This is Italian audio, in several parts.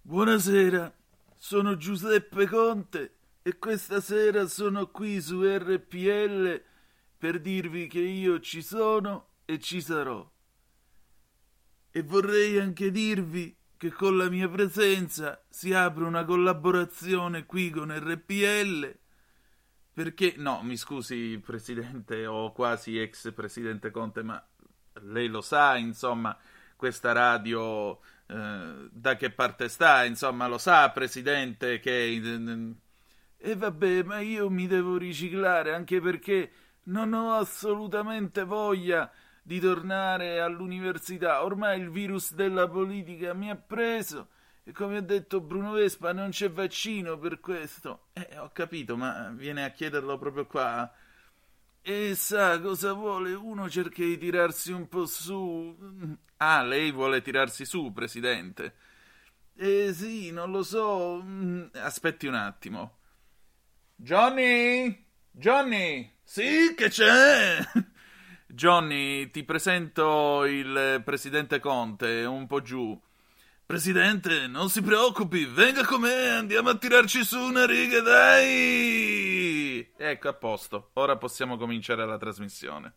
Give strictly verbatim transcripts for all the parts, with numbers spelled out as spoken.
Buonasera, sono Giuseppe Conte e questa sera sono qui su R P L per dirvi che io ci sono e ci sarò. E vorrei anche dirvi che con la mia presenza si apre una collaborazione qui con R P L, perché, no, mi scusi Presidente o quasi ex Presidente Conte, ma lei lo sa, insomma, questa radio eh, da che parte sta, insomma, lo sa Presidente che... E vabbè, ma io mi devo riciclare, anche perché non ho assolutamente voglia di tornare all'università. Ormai il virus della politica mi ha preso e, come ha detto Bruno Vespa, non c'è vaccino per questo. Eh, ho capito, ma viene a chiederlo proprio qua. E sa cosa vuole? Uno cerca di tirarsi un po' su. Ah, lei vuole tirarsi su, Presidente? Eh sì, non lo so. Aspetti un attimo. Johnny? Johnny? Sì, che c'è? Johnny, ti presento il Presidente Conte, un po' giù. Presidente, non si preoccupi, venga con me, andiamo a tirarci su una riga, dai! Ecco, a posto, ora possiamo cominciare la trasmissione.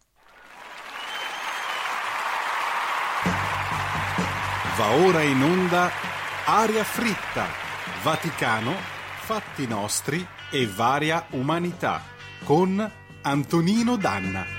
Va ora in onda Aria Fritta, Vaticano, Fatti Nostri e Varia Umanità, con Antonino Danna.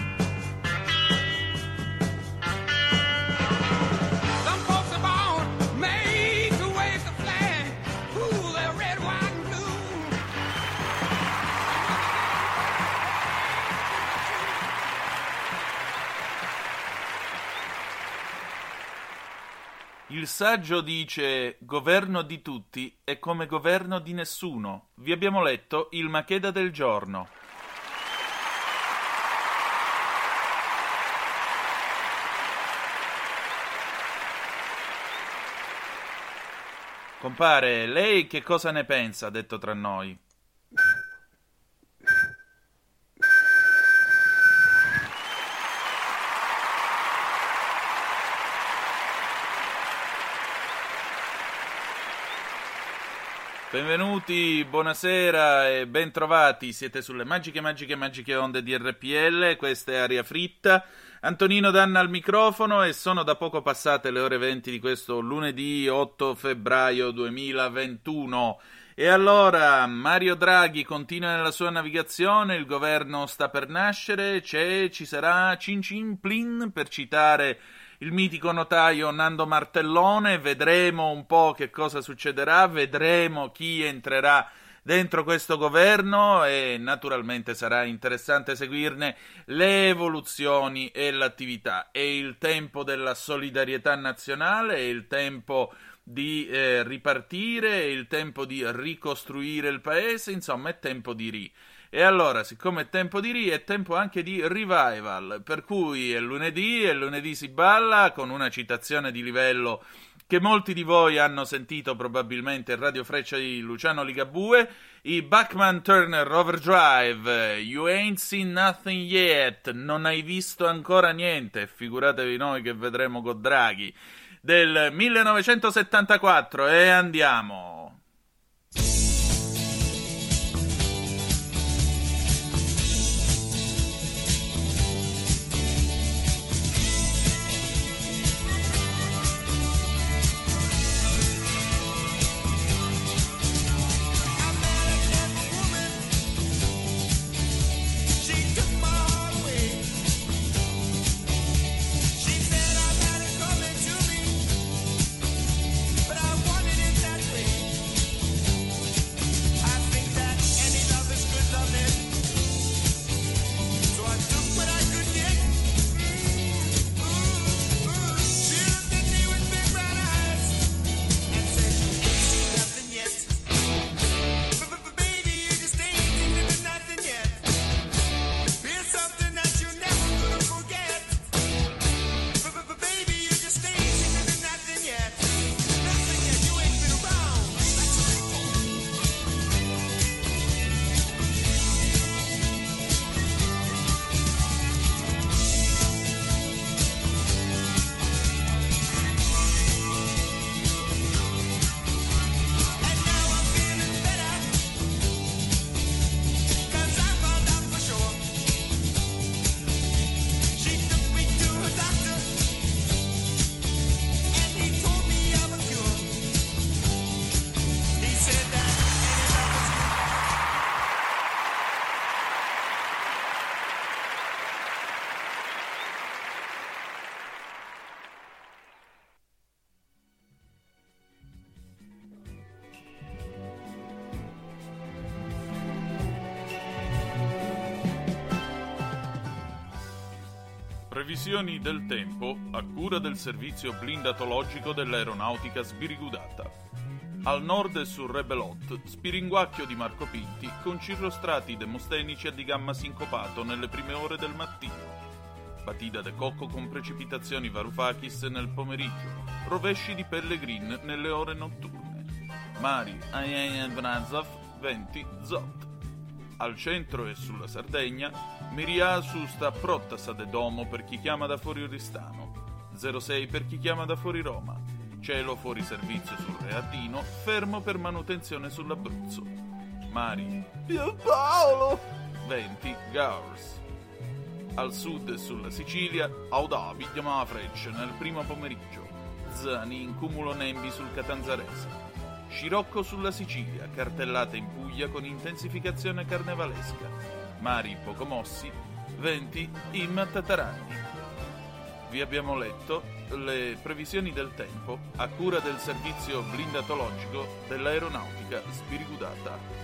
Il saggio dice: governo di tutti è come governo di nessuno. Vi abbiamo letto il Macheda del giorno. Compare, lei che cosa ne pensa, detto tra noi? Benvenuti, buonasera e bentrovati, siete sulle magiche, magiche, magiche onde di R P L, questa è Aria Fritta, Antonino Danna al microfono e sono da poco passate le ore venti di questo lunedì otto febbraio duemilaventuno. E allora, Mario Draghi continua nella sua navigazione, il governo sta per nascere, c'è, ci sarà, cin cin plin, per citare il mitico notaio Nando Martellone. Vedremo un po' che cosa succederà, vedremo chi entrerà dentro questo governo e naturalmente sarà interessante seguirne le evoluzioni e l'attività. È il tempo della solidarietà nazionale, è il tempo di eh, ripartire, è il tempo di ricostruire il paese, insomma è tempo di ri. E allora, siccome è tempo di ri, è tempo anche di revival, per cui è lunedì, e lunedì si balla, con una citazione di livello che molti di voi hanno sentito probabilmente in Radio Freccia di Luciano Ligabue, i Bachman Turner Overdrive, You Ain't Seen Nothing Yet, non hai visto ancora niente, figuratevi noi che vedremo con Draghi, del millenovecentosettantaquattro, e andiamo... But I wanted it that way. Previsioni del tempo a cura del servizio blindatologico dell'aeronautica sbirigudata. Al nord e sul Rebelot, spiringuacchio di Marco Pinti con cirrostrati demostenici a di gamma sincopato nelle prime ore del mattino. Batida de cocco con precipitazioni Varoufakis nel pomeriggio, rovesci di Pellegrin nelle ore notturne. Mari, Aien Brazov, venti Zot. Al centro e sulla Sardegna, Miria su sta prottasa de domo per chi chiama da fuori Oristano, zero sei per chi chiama da fuori Roma, cielo fuori servizio sul Reatino, fermo per manutenzione sull'Abruzzo. Mari, Pierpaolo, venti Gauss. Al sud e sulla Sicilia, Audavi chiamava Frecce nel primo pomeriggio, Zani in cumulo nembi sul Catanzarese. Scirocco sulla Sicilia, cartellate in Puglia con intensificazione carnevalesca. Mari poco mossi, venti in Tatarani. Vi abbiamo letto le previsioni del tempo a cura del servizio blindatologico dell'aeronautica sbirigudata.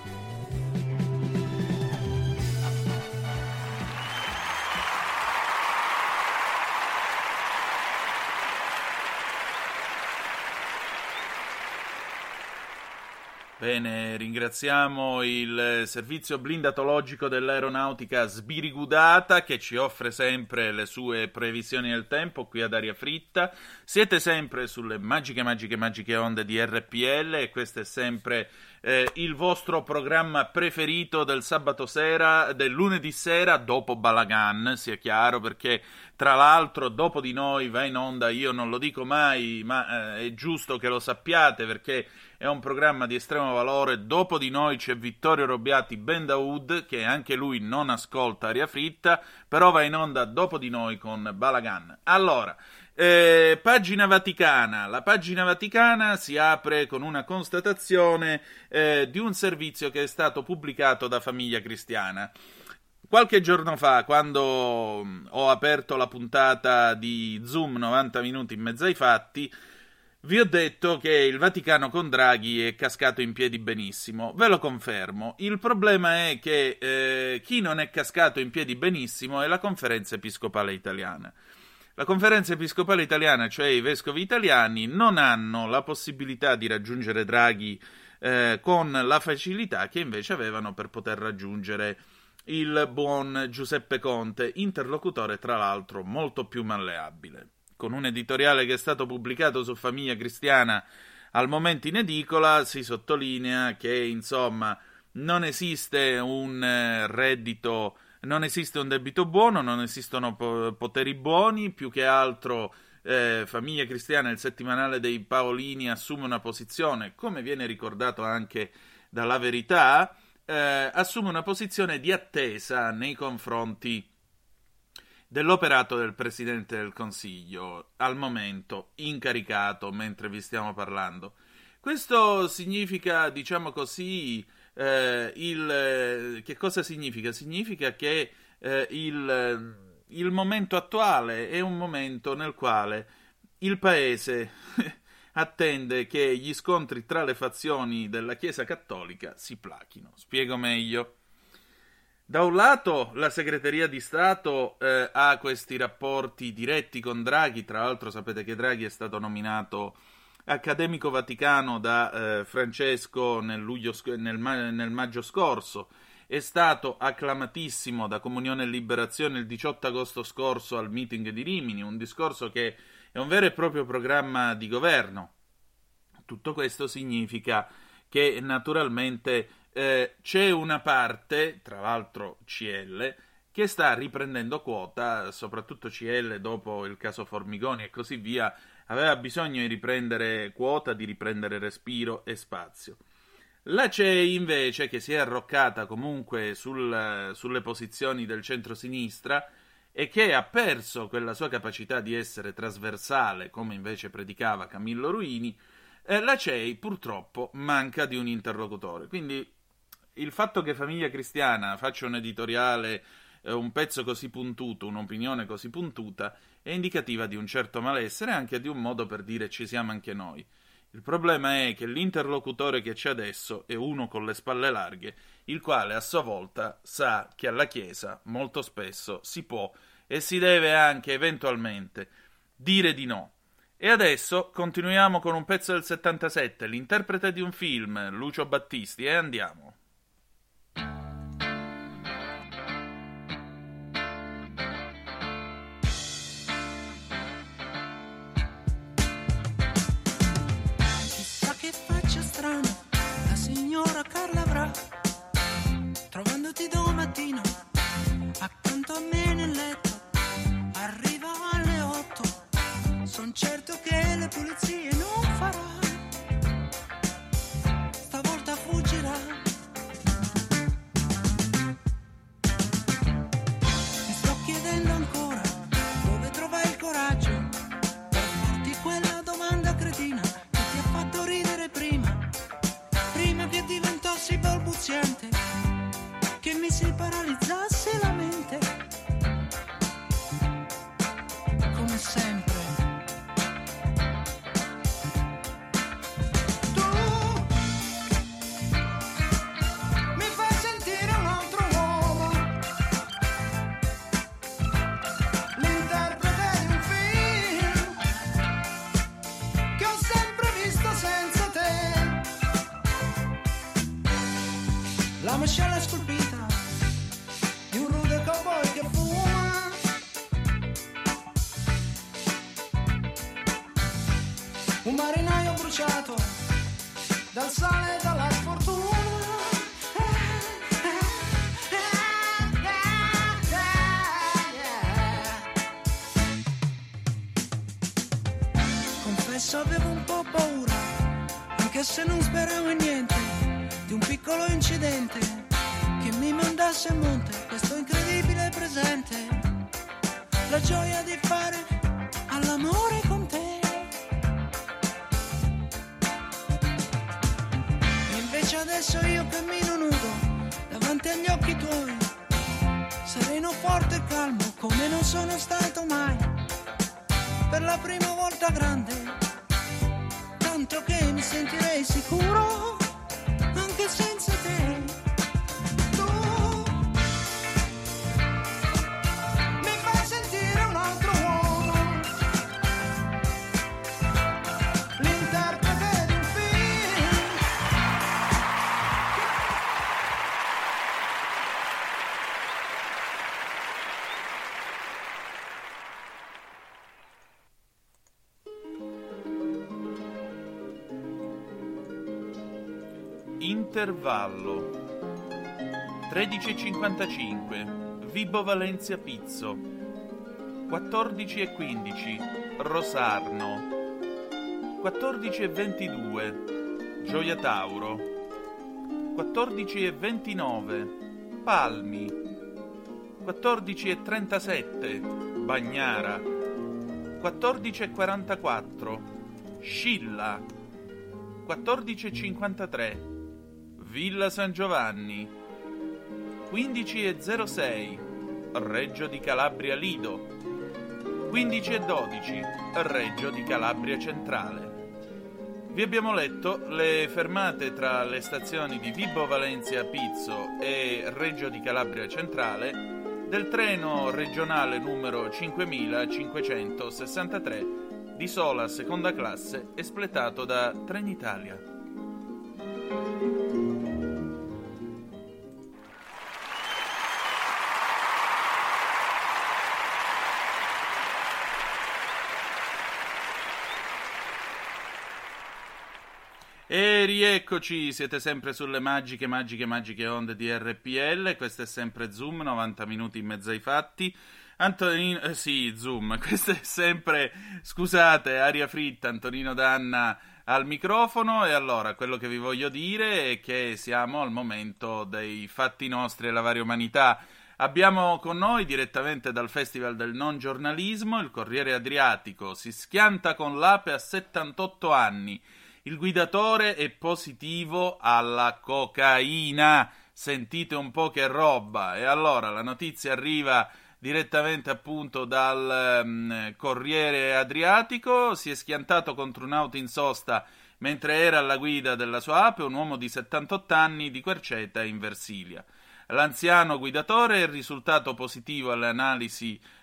Bene, ringraziamo il servizio blindatologico dell'aeronautica sbirigudata che ci offre sempre le sue previsioni del tempo qui ad Aria Fritta. Siete sempre sulle magiche, magiche, magiche onde di R P L e questo è sempre eh, il vostro programma preferito del sabato sera, del lunedì sera dopo Balagan, sia chiaro, perché tra l'altro dopo di noi va in onda, io non lo dico mai, ma eh, è giusto che lo sappiate perché è un programma di estremo valore. Dopo di noi c'è Vittorio Robbiati Ben Daoud, che anche lui non ascolta Aria Fritta, però va in onda dopo di noi con Balagan. Allora, eh, pagina Vaticana. La pagina Vaticana si apre con una constatazione eh, di un servizio che è stato pubblicato da Famiglia Cristiana. Qualche giorno fa, quando ho aperto la puntata di Zoom novanta minuti in mezzo ai fatti, vi ho detto che il Vaticano con Draghi è cascato in piedi benissimo. Ve lo confermo. Il problema è che eh, chi non è cascato in piedi benissimo è la Conferenza Episcopale Italiana. La Conferenza Episcopale Italiana, cioè i vescovi italiani, non hanno la possibilità di raggiungere Draghi eh, con la facilità che invece avevano per poter raggiungere il buon Giuseppe Conte, interlocutore tra l'altro molto più malleabile. Con un editoriale che è stato pubblicato su Famiglia Cristiana al momento in edicola si sottolinea che insomma non esiste un reddito, non esiste un debito buono, non esistono po- poteri buoni, più che altro eh, Famiglia Cristiana, il settimanale dei Paolini, assume una posizione, come viene ricordato anche dalla Verità, eh, assume una posizione di attesa nei confronti dell'operato del Presidente del Consiglio, al momento incaricato mentre vi stiamo parlando. Questo significa, diciamo così, eh, il che cosa significa? Significa che eh, il, il momento attuale è un momento nel quale il Paese attende che gli scontri tra le fazioni della Chiesa Cattolica si plachino. Spiego meglio. Da un lato la segreteria di Stato eh, ha questi rapporti diretti con Draghi, tra l'altro sapete che Draghi è stato nominato accademico vaticano da eh, Francesco nel, luglio, nel, nel maggio scorso, è stato acclamatissimo da Comunione e Liberazione il diciotto agosto scorso al meeting di Rimini, un discorso che è un vero e proprio programma di governo. Tutto questo significa che naturalmente Eh, c'è una parte, tra l'altro C L, che sta riprendendo quota, soprattutto C L dopo il caso Formigoni e così via, aveva bisogno di riprendere quota, di riprendere respiro e spazio. La C E I invece, che si è arroccata comunque sul, sulle posizioni del centro-sinistra e che ha perso quella sua capacità di essere trasversale, come invece predicava Camillo Ruini, eh, la C E I purtroppo manca di un interlocutore. Quindi il fatto che Famiglia Cristiana faccia un editoriale, eh, un pezzo così puntuto, un'opinione così puntuta, è indicativa di un certo malessere e anche di un modo per dire ci siamo anche noi. Il problema è che l'interlocutore che c'è adesso è uno con le spalle larghe, il quale a sua volta sa che alla Chiesa molto spesso si può e si deve anche eventualmente dire di no. E adesso continuiamo con un pezzo del settantasette, l'interprete di un film, Lucio Battisti, e andiamo. Chissà che faccia strana la signora Carla avrà, trovandoti domattina accanto a me nel letto. Arriva alle otto, son certo che le pulizie non farà, stavolta fuggirà. Mi sto chiedendo ancora dove trovai il coraggio per farti quella domanda cretina che ti ha fatto ridere prima, prima che diventassi balbuziente, che mi si paralizzasse la mente. Come sempre tu mi fai sentire un altro uomo, l'interprete di un film che ho sempre visto senza te, la mascella scolpita di un rude cowboy che fuma, un marinaio bruciato dal sale e dalla sfortuna. Confesso avevo un po' paura, anche se non speravo in niente, di un piccolo incidente che mi mandasse a monte questo incredibile presente, la gioia di fare all'amore con te. Adesso io cammino nudo davanti agli occhi tuoi, sereno, forte e calmo come non sono stato mai, per la prima volta grande, tanto che mi sentirei sicuro anche senza te. Tu mi fai sentire un altro uomo, l'interprete di un film. Intervallo tredici e cinquantacinque, Vibo Valencia Pizzo. Quattordici e quindici, Rosarno. Quattordici e ventidue, Gioia Tauro. Quattordici e ventinove, Palmi. Quattordici e trentasette, Bagnara. Quattordici e quarantaquattro, Scilla. Quattordici e cinquantatré, Villa San Giovanni. Quindici e zero sei, Reggio di Calabria Lido. Quindici e dodici, Reggio di Calabria Centrale. Vi abbiamo letto le fermate tra le stazioni di Vibo Valencia Pizzo e Reggio di Calabria Centrale del treno regionale numero cinquemilacinquecentosessantatré di sola seconda classe espletato da Trenitalia. E rieccoci, siete sempre sulle magiche, magiche, magiche onde di R P L, questo è sempre Zoom, novanta minuti in mezzo ai fatti. Antonino, eh, sì, Zoom, questo è sempre, scusate, aria fritta, Antonino Danna al microfono. E allora, quello che vi voglio dire è che siamo al momento dei fatti nostri e la varia umanità. Abbiamo con noi, direttamente dal Festival del Non Giornalismo, il Corriere Adriatico, si schianta con l'Ape a settantotto anni. Il guidatore è positivo alla cocaina. Sentite un po' che roba. E allora la notizia arriva direttamente appunto dal um, Corriere Adriatico. Si è schiantato contro un'auto in sosta mentre era alla guida della sua Ape un uomo di settantotto anni di Querceta in Versilia. L'anziano guidatore è risultato positivo alle analisi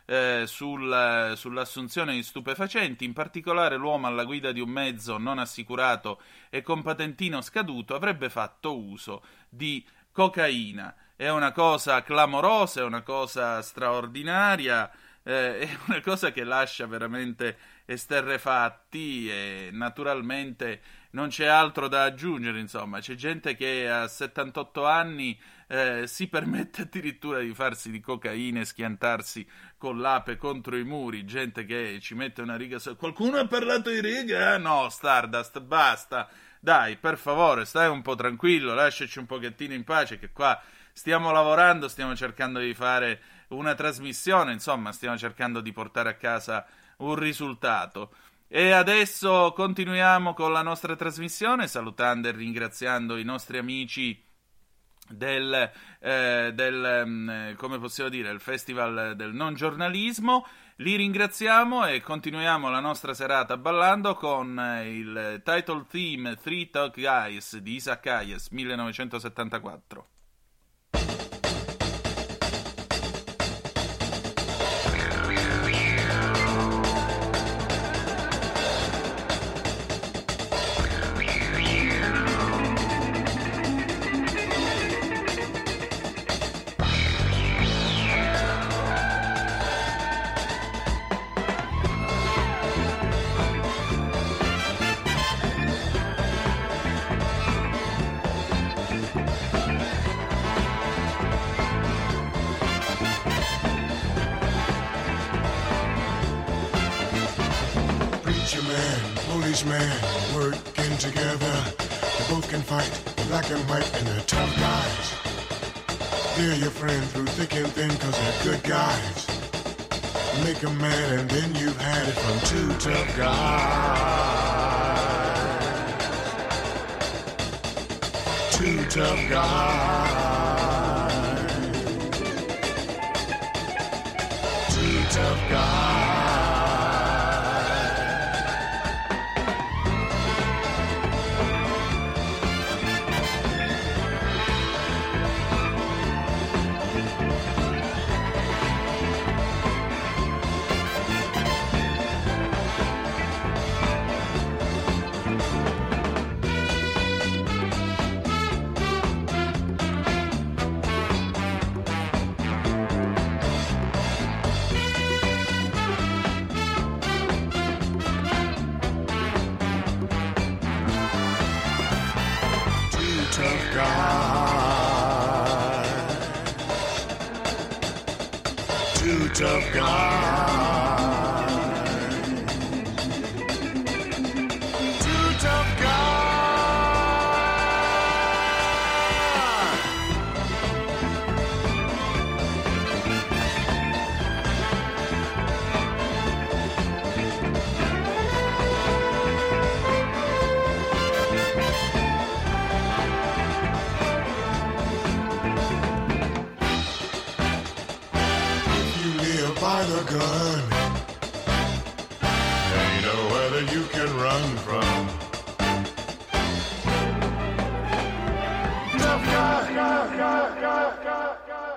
eh, sul, sull'assunzione di stupefacenti. In particolare l'uomo alla guida di un mezzo non assicurato e con patentino scaduto avrebbe fatto uso di cocaina. È una cosa clamorosa, è una cosa straordinaria, eh, è una cosa che lascia veramente esterrefatti e naturalmente non c'è altro da aggiungere, insomma. C'è gente che a settantotto anni eh, si permette addirittura di farsi di cocaina e schiantarsi con l'ape contro i muri, gente che ci mette una riga so- qualcuno ha parlato di riga? No, Stardust, basta, dai, per favore, stai un po' tranquillo, lasciaci un pochettino in pace, che qua stiamo lavorando, stiamo cercando di fare una trasmissione, insomma, stiamo cercando di portare a casa un risultato. E adesso continuiamo con la nostra trasmissione, salutando e ringraziando i nostri amici del, eh, del um, come possiamo dire, il Festival del Non Giornalismo. Li ringraziamo e continuiamo la nostra serata ballando con eh, il title theme Three Tough Guys di Isaac Hayes, millenovecentosettantaquattro. Man working together, they both can fight, black and white, and they're tough guys. They're your friend through thick and thin, cause they're good guys. Make them mad and then you've had it from two tough guys. Two tough guys. Two tough guys. Tough guys. Two tough by the gun, and you know whether you can run from tough guy, guy, guy, guy, guy, guy.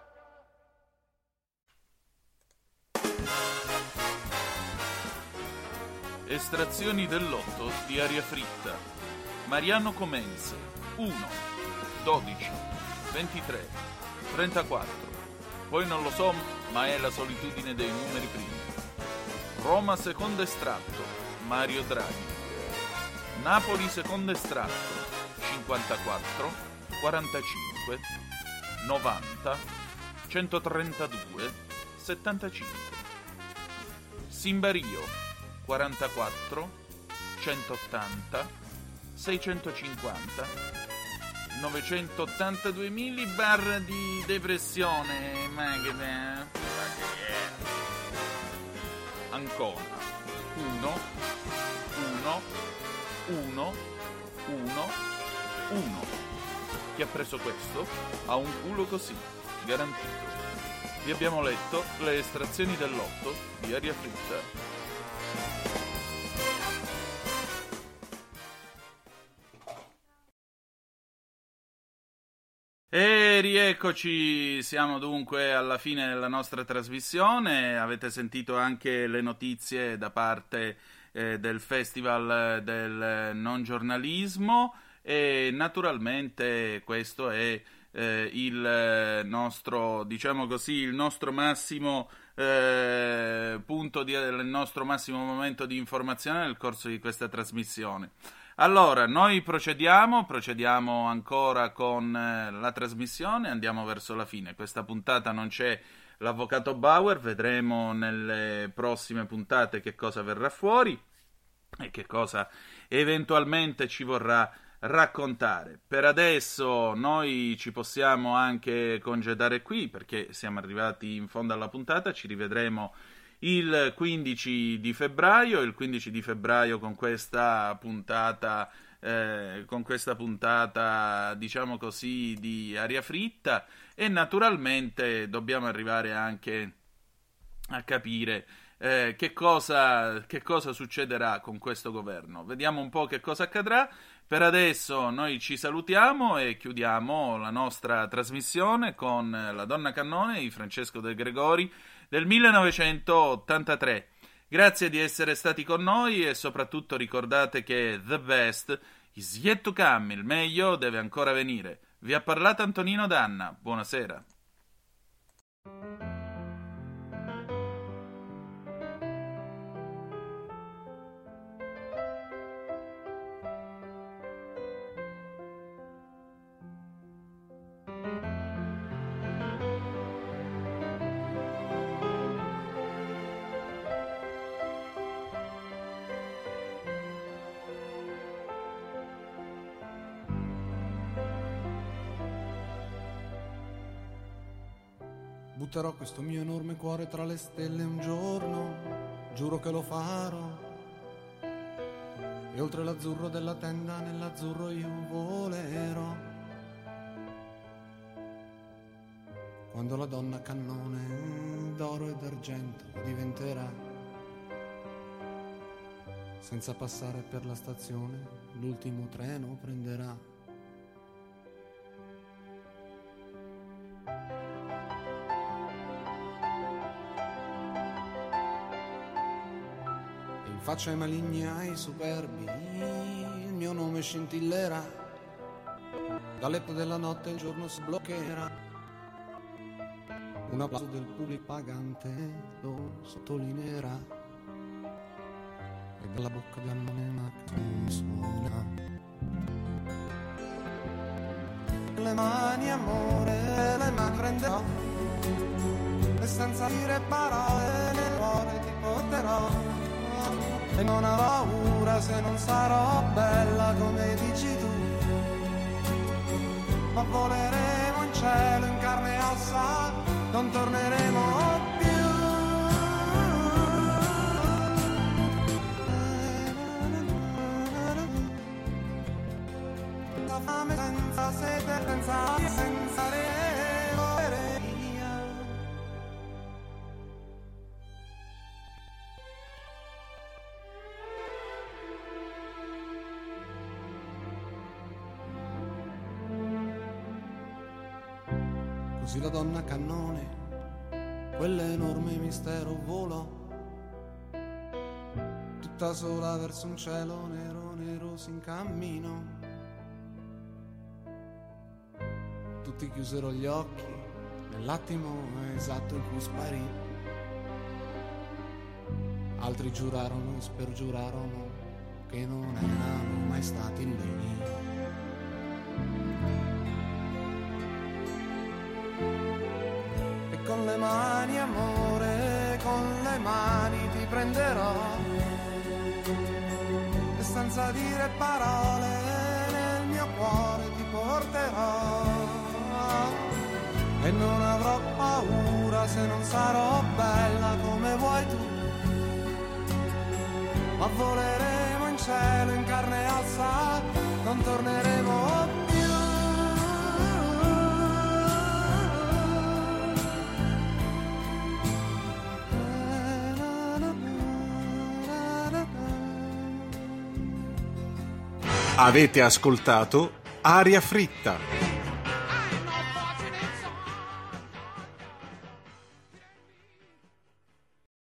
Estrazioni del lotto di Aria Fritta. Mariano Comense uno, dodici, ventitré, trentaquattro. Poi non lo so, ma è la solitudine dei numeri primi. Roma secondo estratto, Mario Draghi. Napoli secondo estratto, cinquantaquattro, quarantacinque, novanta, centotrentadue, settantacinque. Simbario, quarantaquattro, centottanta, seicentocinquanta, novecentottantadue millibar di depressione, ma che ma che è? Ancona uno, uno, uno, uno, uno. Chi ha preso questo ha un culo così, garantito. Vi abbiamo letto le estrazioni del lotto di Aria Fritta. E E rieccoci, siamo dunque alla fine della nostra trasmissione. Avete sentito anche le notizie da parte eh, del Festival del Non Giornalismo e naturalmente questo è eh, il nostro, diciamo così, il nostro massimo eh, punto di, il nostro massimo momento di informazione nel corso di questa trasmissione. Allora, noi procediamo, procediamo ancora con eh, la trasmissione, andiamo verso la fine. Questa puntata non c'è l'avvocato Bauer, vedremo nelle prossime puntate che cosa verrà fuori e che cosa eventualmente ci vorrà raccontare. Per adesso noi ci possiamo anche congedare qui perché siamo arrivati in fondo alla puntata, ci rivedremo il quindici di febbraio, il quindici di febbraio con questa puntata, eh, con questa puntata, diciamo così, di aria fritta e naturalmente dobbiamo arrivare anche a capire eh, che cosa, che cosa succederà con questo governo. Vediamo un po' che cosa accadrà. Per adesso noi ci salutiamo e chiudiamo la nostra trasmissione con La Donna Cannone di Francesco De Gregori del millenovecentottantatré. Grazie di essere stati con noi e soprattutto ricordate che the best is yet to come, il meglio deve ancora venire. Vi ha parlato Antonino Danna, buonasera. Butterò questo mio enorme cuore tra le stelle un giorno, giuro che lo farò. E oltre l'azzurro della tenda, nell'azzurro io volerò. Quando la donna cannone d'oro e d'argento diventerà, senza passare per la stazione, l'ultimo treno prenderà. Faccia ai maligni, ai superbi, il mio nome scintillerà. Dall'etto della notte il giorno si bloccherà. Un applauso del pubblico pagante lo sottolineerà. E dalla bocca di Annona suona. Le mani amore, le mani prenderò. E senza dire parole nel cuore ti porterò. E non avrò paura se non sarò bella come dici tu, ma voleremo in cielo in carne e ossa, non torneremo più. Senza fame, senza sete, senza senza regoleria. Così la donna cannone, quell'enorme mistero volò, tutta sola verso un cielo nero, nero s'incammino. Tutti chiusero gli occhi nell'attimo esatto in cui sparì. Altri giurarono e spergiurarono che non erano mai stati lì. Con le mani amore, con le mani ti prenderò e senza dire parole nel mio cuore ti porterò. E non avrò paura se non sarò bella come vuoi tu, ma voleremo in cielo in carne e ossa, non torneremo più. Avete ascoltato Aria Fritta.